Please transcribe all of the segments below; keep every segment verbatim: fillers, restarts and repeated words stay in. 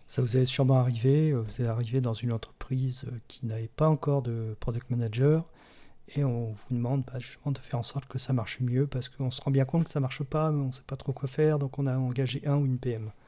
Ça vous est sûrement arrivé, euh, vous êtes arrivé dans une entreprise euh, qui n'avait pas encore de product manager et on vous demande bah, justement de faire en sorte que ça marche mieux parce qu'on se rend bien compte que ça marche pas, mais on ne sait pas trop quoi faire, donc on a engagé un ou une P M.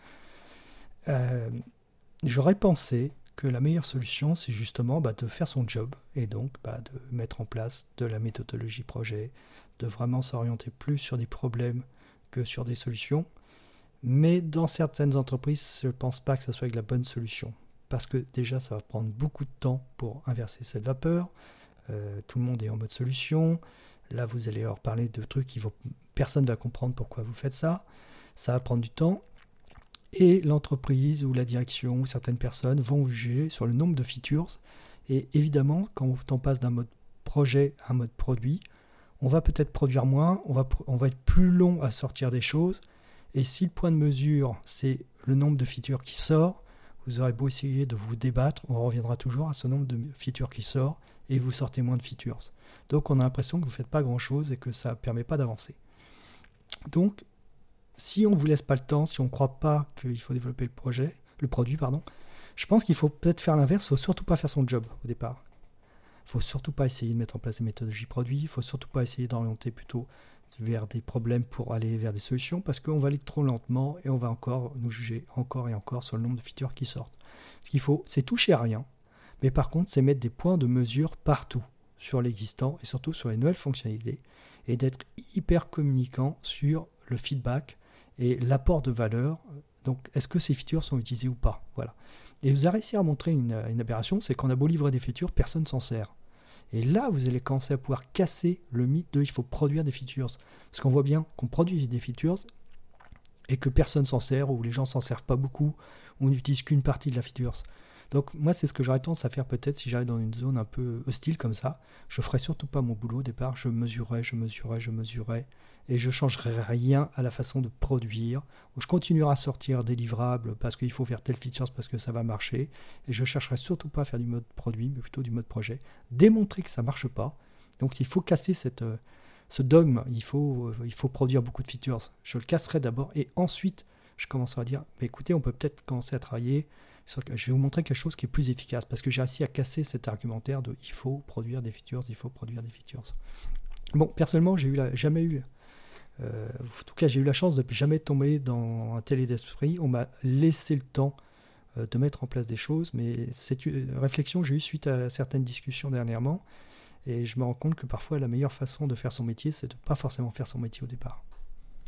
Euh, J'aurais pensé que la meilleure solution, c'est justement bah, de faire son job et donc bah, de mettre en place de la méthodologie projet, de vraiment s'orienter plus sur des problèmes que sur des solutions. Mais dans certaines entreprises, je ne pense pas que ça soit la bonne solution. Parce que déjà, ça va prendre beaucoup de temps pour inverser cette vapeur. Euh, tout le monde est en mode solution. Là, vous allez leur parler de trucs qui vont... Personne ne va comprendre pourquoi vous faites ça. Ça va prendre du temps. Et l'entreprise ou la direction ou certaines personnes vont vous juger sur le nombre de features. Et évidemment, quand on passe d'un mode projet à un mode produit, on va peut-être produire moins, on va, on va être plus long à sortir des choses. Et si le point de mesure, c'est le nombre de features qui sort, vous aurez beau essayer de vous débattre, on reviendra toujours à ce nombre de features qui sort et vous sortez moins de features. Donc on a l'impression que vous ne faites pas grand-chose et que ça ne permet pas d'avancer. Donc, si on ne vous laisse pas le temps, si on ne croit pas qu'il faut développer le projet, le produit, pardon, je pense qu'il faut peut-être faire l'inverse, il ne faut surtout pas faire son job au départ. Il ne faut surtout pas essayer de mettre en place des méthodologies produits, il ne faut surtout pas essayer d'orienter plutôt vers des problèmes pour aller vers des solutions parce qu'on va aller trop lentement et on va encore nous juger encore et encore sur le nombre de features qui sortent. Ce qu'il faut, c'est toucher à rien, mais par contre, c'est mettre des points de mesure partout sur l'existant et surtout sur les nouvelles fonctionnalités et d'être hyper communicant sur le feedback et l'apport de valeur. Donc, est-ce que ces features sont utilisées ou pas? Voilà. Et vous avez réussi à montrer une, une aberration, c'est qu'on a beau livrer des features, personne ne s'en sert. Et là, vous allez commencer à pouvoir casser le mythe de il faut produire des features. Parce qu'on voit bien qu'on produit des features et que personne s'en sert, ou les gens s'en servent pas beaucoup, ou n'utilisent qu'une partie de la features. Donc moi, c'est ce que j'aurais tendance à faire peut-être si j'arrive dans une zone un peu hostile comme ça. Je ferais surtout pas mon boulot au départ, je mesurerais, je mesurerais, je mesurerais, et je changerais rien à la façon de produire. Je continuerai à sortir des livrables parce qu'il faut faire telle feature parce que ça va marcher, et je chercherai surtout pas à faire du mode produit, mais plutôt du mode projet. Démontrer que ça marche pas. Donc il faut casser cette, euh, ce dogme, il faut, euh, il faut produire beaucoup de features. Je le casserai d'abord, et ensuite je commencerai à dire, bah, écoutez, on peut peut-être commencer à travailler. Je vais vous montrer quelque chose qui est plus efficace parce que j'ai réussi à casser cet argumentaire de il faut produire des features, il faut produire des features. Bon, personnellement, j'ai eu la, jamais eu, euh, en tout cas, j'ai eu la chance de jamais tomber dans un tel état d'esprit. On m'a laissé le temps euh, de mettre en place des choses, mais c'est une réflexion que j'ai eue suite à certaines discussions dernièrement et je me rends compte que parfois la meilleure façon de faire son métier, c'est de ne pas forcément faire son métier au départ.